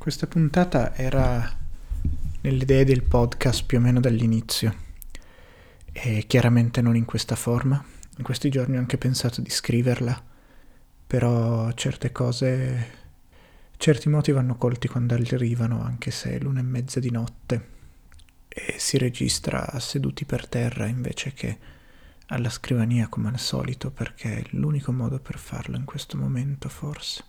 Questa puntata era nelle idee del podcast più o meno dall'inizio e chiaramente non in questa forma. In questi giorni ho anche pensato di scriverla, però certe cose, certi moti vanno colti quando arrivano, anche se è 1:30 di notte e si registra seduti per terra invece che alla scrivania come al solito, perché è l'unico modo per farlo in questo momento forse.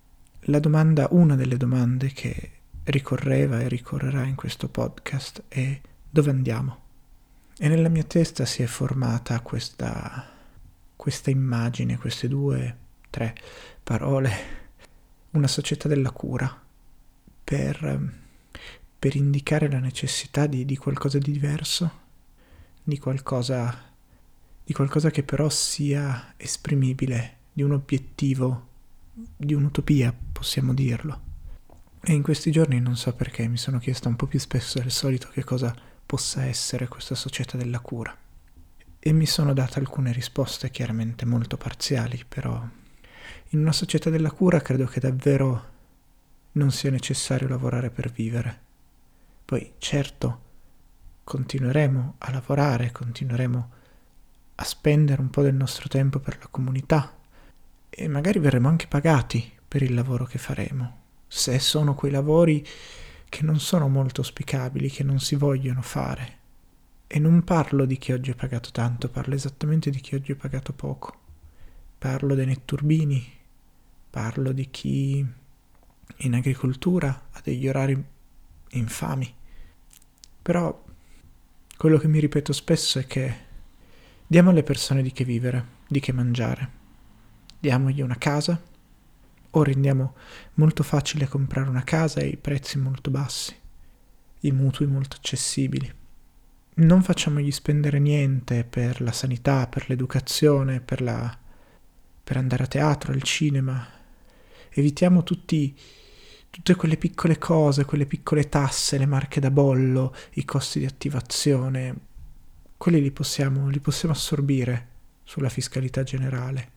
Una delle domande che ricorreva e ricorrerà in questo podcast è: dove andiamo? E nella mia testa si è formata questa immagine, queste 2-3 parole, una società della cura, per indicare la necessità di qualcosa di diverso, di qualcosa che però sia esprimibile, di un obiettivo, di un'utopia, possiamo dirlo. E in questi giorni non so perché mi sono chiesto un po' più spesso del solito che cosa possa essere questa società della cura. E mi sono date alcune risposte chiaramente molto parziali, però in una società della cura credo che davvero non sia necessario lavorare per vivere. Poi certo continueremo a lavorare, continueremo a spendere un po' del nostro tempo per la comunità e magari verremo anche pagati per il lavoro che faremo, se sono quei lavori che non sono molto auspicabili, che non si vogliono fare. E non parlo di chi oggi è pagato tanto, parlo esattamente di chi oggi è pagato poco. Parlo dei netturbini, parlo di chi in agricoltura ha degli orari infami. Però quello che mi ripeto spesso è che diamo alle persone di che vivere, di che mangiare. Diamogli una casa, o rendiamo molto facile comprare una casa e i prezzi molto bassi, i mutui molto accessibili. Non facciamogli spendere niente per la sanità, per l'educazione, per andare a teatro, al cinema. Evitiamo tutte quelle piccole cose, quelle piccole tasse, le marche da bollo, i costi di attivazione. Quelli li possiamo assorbire sulla fiscalità generale.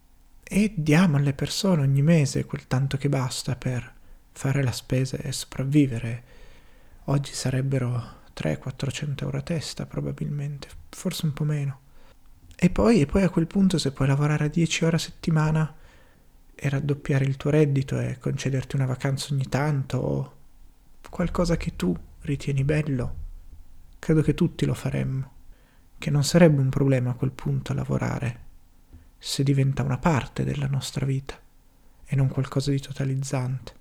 E diamo alle persone ogni mese quel tanto che basta per fare la spesa e sopravvivere. Oggi sarebbero 300-400 euro a testa probabilmente, forse un po' meno. E poi a quel punto, se puoi lavorare 10 ore a settimana e raddoppiare il tuo reddito e concederti una vacanza ogni tanto o qualcosa che tu ritieni bello, credo che tutti lo faremmo, che non sarebbe un problema a quel punto lavorare, se diventa una parte della nostra vita e non qualcosa di totalizzante.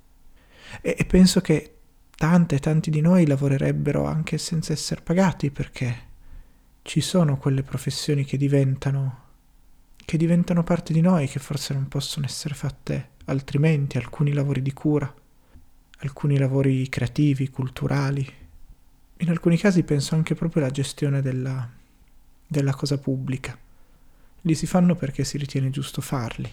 E penso che tanti di noi lavorerebbero anche senza essere pagati, perché ci sono quelle professioni che diventano parte di noi, che forse non possono essere fatte altrimenti, alcuni lavori di cura, alcuni lavori creativi, culturali. In alcuni casi penso anche proprio alla gestione della cosa pubblica. Li si fanno perché si ritiene giusto farli.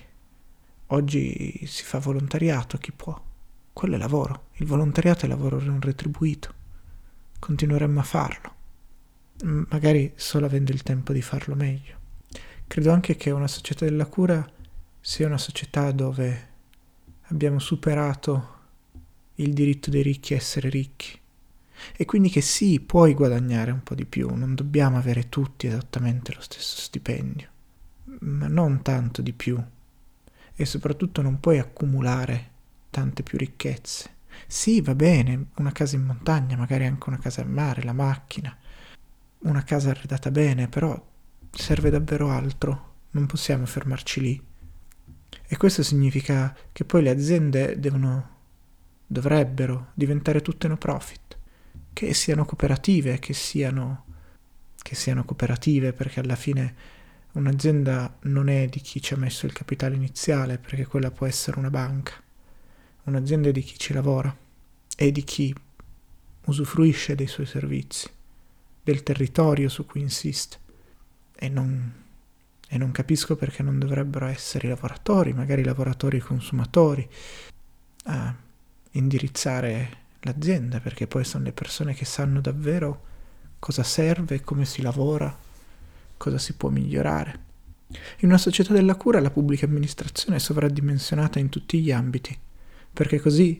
Oggi si fa volontariato, chi può. Quello è lavoro. Il volontariato è lavoro non retribuito. Continueremmo a farlo. Magari solo avendo il tempo di farlo meglio. Credo anche che una società della cura sia una società dove abbiamo superato il diritto dei ricchi a essere ricchi. E quindi che sì, puoi guadagnare un po' di più, non dobbiamo avere tutti esattamente lo stesso stipendio, ma non tanto di più. E soprattutto non puoi accumulare tante più ricchezze. Sì, va bene, una casa in montagna, magari anche una casa al mare, la macchina, una casa arredata bene, però serve davvero altro, non possiamo fermarci lì. E questo significa che poi le aziende dovrebbero diventare tutte no profit, che siano cooperative, che siano cooperative, perché alla fine un'azienda non è di chi ci ha messo il capitale iniziale, perché quella può essere una banca. Un'azienda è di chi ci lavora e di chi usufruisce dei suoi servizi, del territorio su cui insiste. E non capisco perché non dovrebbero essere i lavoratori, magari i lavoratori consumatori, a indirizzare l'azienda, perché poi sono le persone che sanno davvero cosa serve, come si lavora, cosa si può migliorare. In una società della cura la pubblica amministrazione è sovradimensionata in tutti gli ambiti, perché così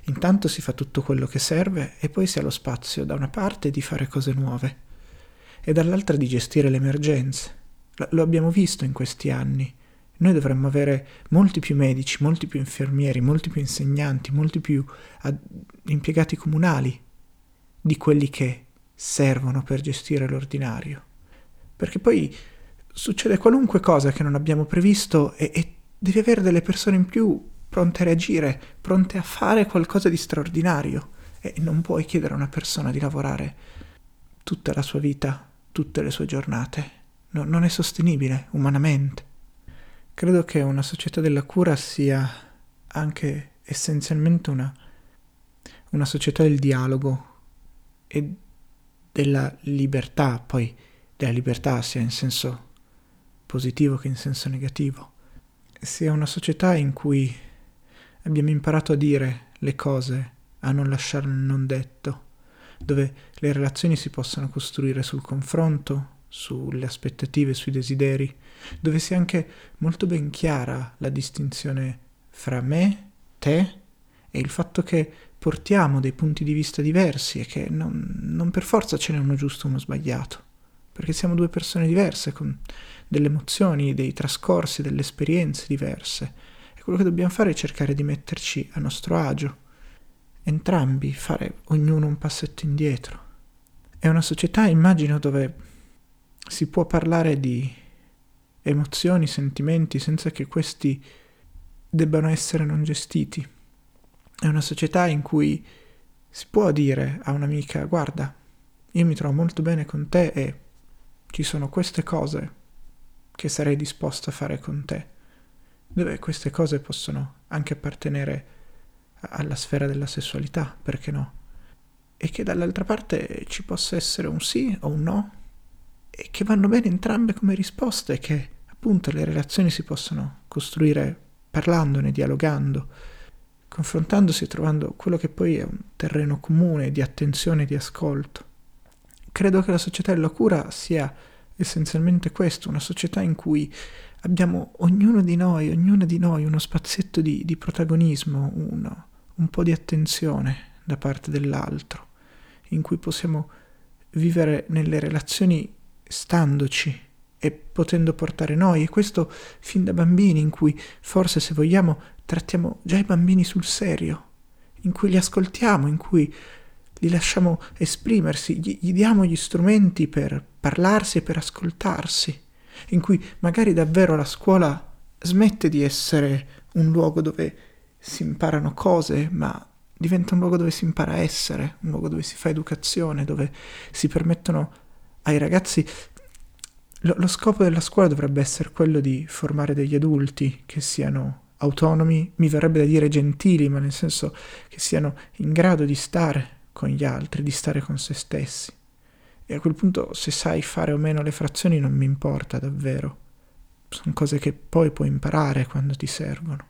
intanto si fa tutto quello che serve e poi si ha lo spazio da una parte di fare cose nuove e dall'altra di gestire le emergenze. Lo abbiamo visto in questi anni. Noi dovremmo avere molti più medici, molti più infermieri, molti più insegnanti, molti più impiegati comunali di quelli che servono per gestire l'ordinario. Perché poi succede qualunque cosa che non abbiamo previsto e devi avere delle persone in più pronte a reagire, pronte a fare qualcosa di straordinario. E non puoi chiedere a una persona di lavorare tutta la sua vita, tutte le sue giornate. Non è sostenibile umanamente. Credo che una società della cura sia anche essenzialmente una società del dialogo e della libertà, poi della libertà sia in senso positivo che in senso negativo. Sia una società in cui abbiamo imparato a dire le cose, a non lasciarle non detto, dove le relazioni si possono costruire sul confronto, sulle aspettative, sui desideri, dove sia anche molto ben chiara la distinzione fra me, te e il fatto che portiamo dei punti di vista diversi e che non per forza ce n'è uno giusto e uno sbagliato, perché siamo due persone diverse con delle emozioni, dei trascorsi, delle esperienze diverse e quello che dobbiamo fare è cercare di metterci a nostro agio, entrambi, fare ognuno un passetto indietro. È una società, immagino, dove si può parlare di emozioni, sentimenti, senza che questi debbano essere non gestiti. È una società in cui si può dire a un'amica: guarda, io mi trovo molto bene con te e ci sono queste cose che sarei disposto a fare con te, dove queste cose possono anche appartenere alla sfera della sessualità, perché no? E che dall'altra parte ci possa essere un sì o un no, e che vanno bene entrambe come risposte, e che appunto le relazioni si possono costruire parlandone, dialogando, confrontandosi e trovando quello che poi è un terreno comune di attenzione e di ascolto. Credo che la società della cura sia essenzialmente questo, una società in cui abbiamo ognuna di noi uno spazietto di protagonismo, un po' di attenzione da parte dell'altro, in cui possiamo vivere nelle relazioni standoci e potendo portare noi, e questo fin da bambini, in cui forse, se vogliamo, trattiamo già i bambini sul serio, in cui li ascoltiamo, in cui li lasciamo esprimersi, gli diamo gli strumenti per parlarsi e per ascoltarsi, in cui magari davvero la scuola smette di essere un luogo dove si imparano cose, ma diventa un luogo dove si impara a essere, un luogo dove si fa educazione, dove si permettono ai ragazzi. Lo scopo della scuola dovrebbe essere quello di formare degli adulti che siano autonomi, mi verrebbe da dire gentili, ma nel senso che siano in grado di stare con gli altri, di stare con se stessi. E a quel punto, se sai fare o meno le frazioni, non mi importa davvero. Sono cose che poi puoi imparare quando ti servono.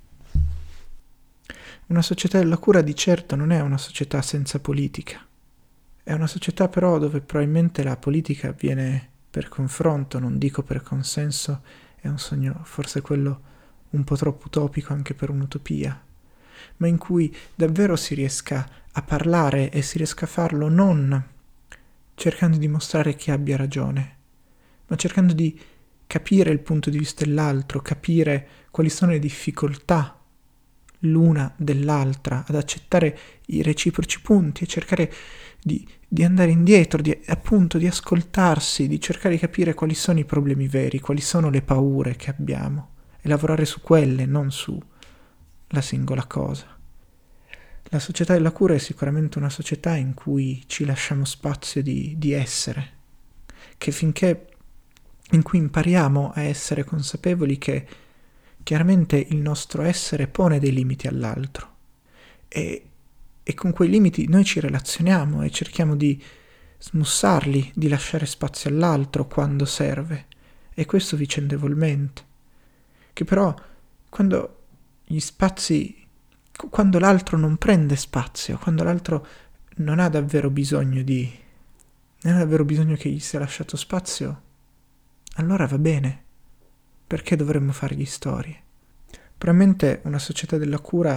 Una società della cura di certo non è una società senza politica. È una società però dove probabilmente la politica avviene per confronto, non dico per consenso, è un sogno, forse quello un po' troppo utopico anche per un'utopia, ma in cui davvero si riesca a parlare e si riesca a farlo non cercando di dimostrare chi abbia ragione, ma cercando di capire il punto di vista dell'altro, capire quali sono le difficoltà l'una dell'altra, ad accettare i reciproci punti e cercare di andare indietro, appunto di ascoltarsi, di cercare di capire quali sono i problemi veri, quali sono le paure che abbiamo e lavorare su quelle, non su la singola cosa. La società della cura è sicuramente una società in cui ci lasciamo spazio di essere, che finché in cui impariamo a essere consapevoli che chiaramente il nostro essere pone dei limiti all'altro e con quei limiti noi ci relazioniamo e cerchiamo di smussarli, di lasciare spazio all'altro quando serve, e questo vicendevolmente. Che però quando gli spazi, quando l'altro non prende spazio, quando l'altro non ha davvero bisogno che gli sia lasciato spazio, allora va bene. Perché dovremmo fargli storie? Probabilmente una società della cura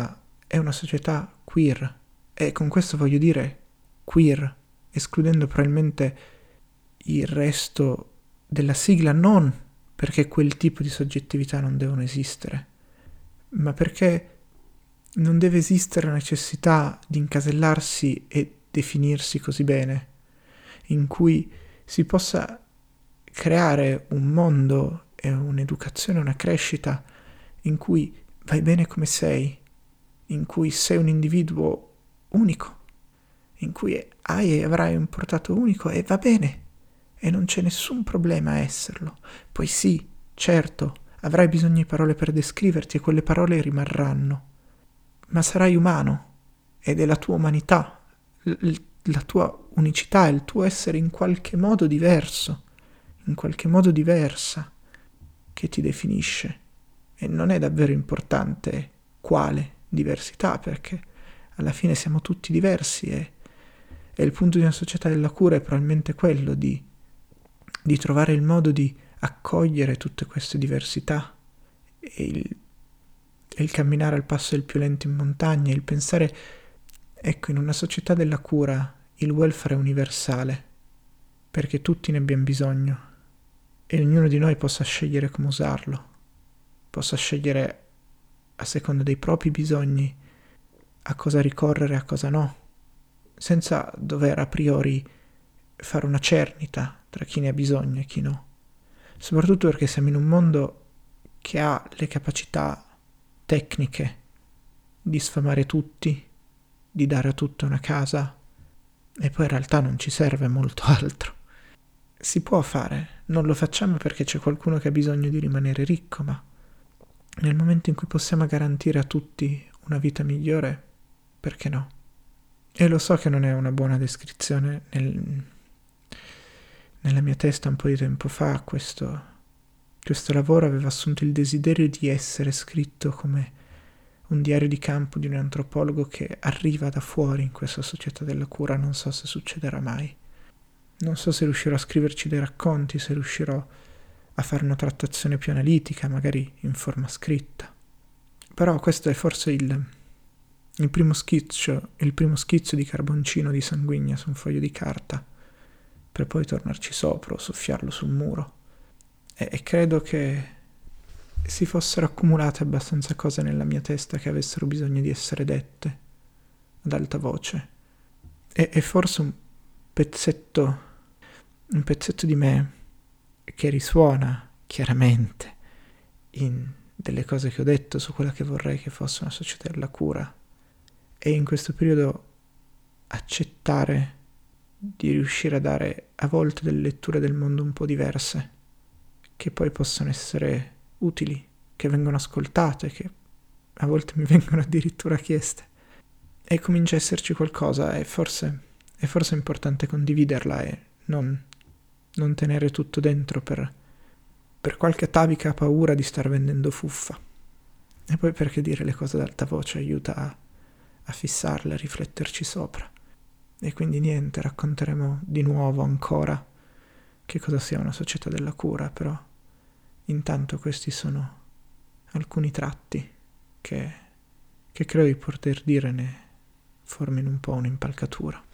è una società queer, e con questo voglio dire queer, escludendo probabilmente il resto della sigla, non perché quel tipo di soggettività non devono esistere, ma perché non deve esistere la necessità di incasellarsi e definirsi così bene, in cui si possa creare un mondo e un'educazione, una crescita in cui vai bene come sei, in cui sei un individuo unico, in cui hai e avrai un portato unico e va bene, e non c'è nessun problema a esserlo. Poi sì, certo, avrai bisogno di parole per descriverti e quelle parole rimarranno, ma sarai umano ed è la tua umanità, la tua unicità, il tuo essere in qualche modo diverso, in qualche modo diversa, che ti definisce. E non è davvero importante quale diversità, perché alla fine siamo tutti diversi e il punto di una società della cura è probabilmente quello di trovare il modo di accogliere tutte queste diversità e il camminare al passo del più lento in montagna, il pensare, ecco, in una società della cura il welfare è universale, perché tutti ne abbiamo bisogno e ognuno di noi possa scegliere come usarlo, possa scegliere a seconda dei propri bisogni a cosa ricorrere e a cosa no, senza dover a priori fare una cernita tra chi ne ha bisogno e chi no, soprattutto perché siamo in un mondo che ha le capacità tecniche di sfamare tutti, di dare a tutti una casa, e poi in realtà non ci serve molto altro. Si può fare, non lo facciamo perché c'è qualcuno che ha bisogno di rimanere ricco, ma nel momento in cui possiamo garantire a tutti una vita migliore, perché no? E lo so che non è una buona descrizione, nella mia testa un po' di tempo fa questo lavoro aveva assunto il desiderio di essere scritto come un diario di campo di un antropologo che arriva da fuori in questa società della cura. Non so se succederà mai. Non so se riuscirò a scriverci dei racconti, se riuscirò a fare una trattazione più analitica, magari in forma scritta. Però questo è forse il primo schizzo di carboncino di sanguigna su un foglio di carta, per poi tornarci sopra o soffiarlo sul muro. E credo che si fossero accumulate abbastanza cose nella mia testa che avessero bisogno di essere dette ad alta voce. E forse un pezzetto di me che risuona chiaramente in delle cose che ho detto su quella che vorrei che fosse una società della cura, e in questo periodo accettare di riuscire a dare a volte delle letture del mondo un po' diverse, che poi possono essere utili, che vengono ascoltate, che a volte mi vengono addirittura chieste, e comincia a esserci qualcosa, e forse è importante condividerla e non tenere tutto dentro per qualche atavica ha paura di star vendendo fuffa. E poi perché dire le cose ad alta voce aiuta a fissarle, a rifletterci sopra. E quindi niente, racconteremo di nuovo ancora che cosa sia una società della cura, però intanto questi sono alcuni tratti che credo di poter dire ne formino un po' un'impalcatura.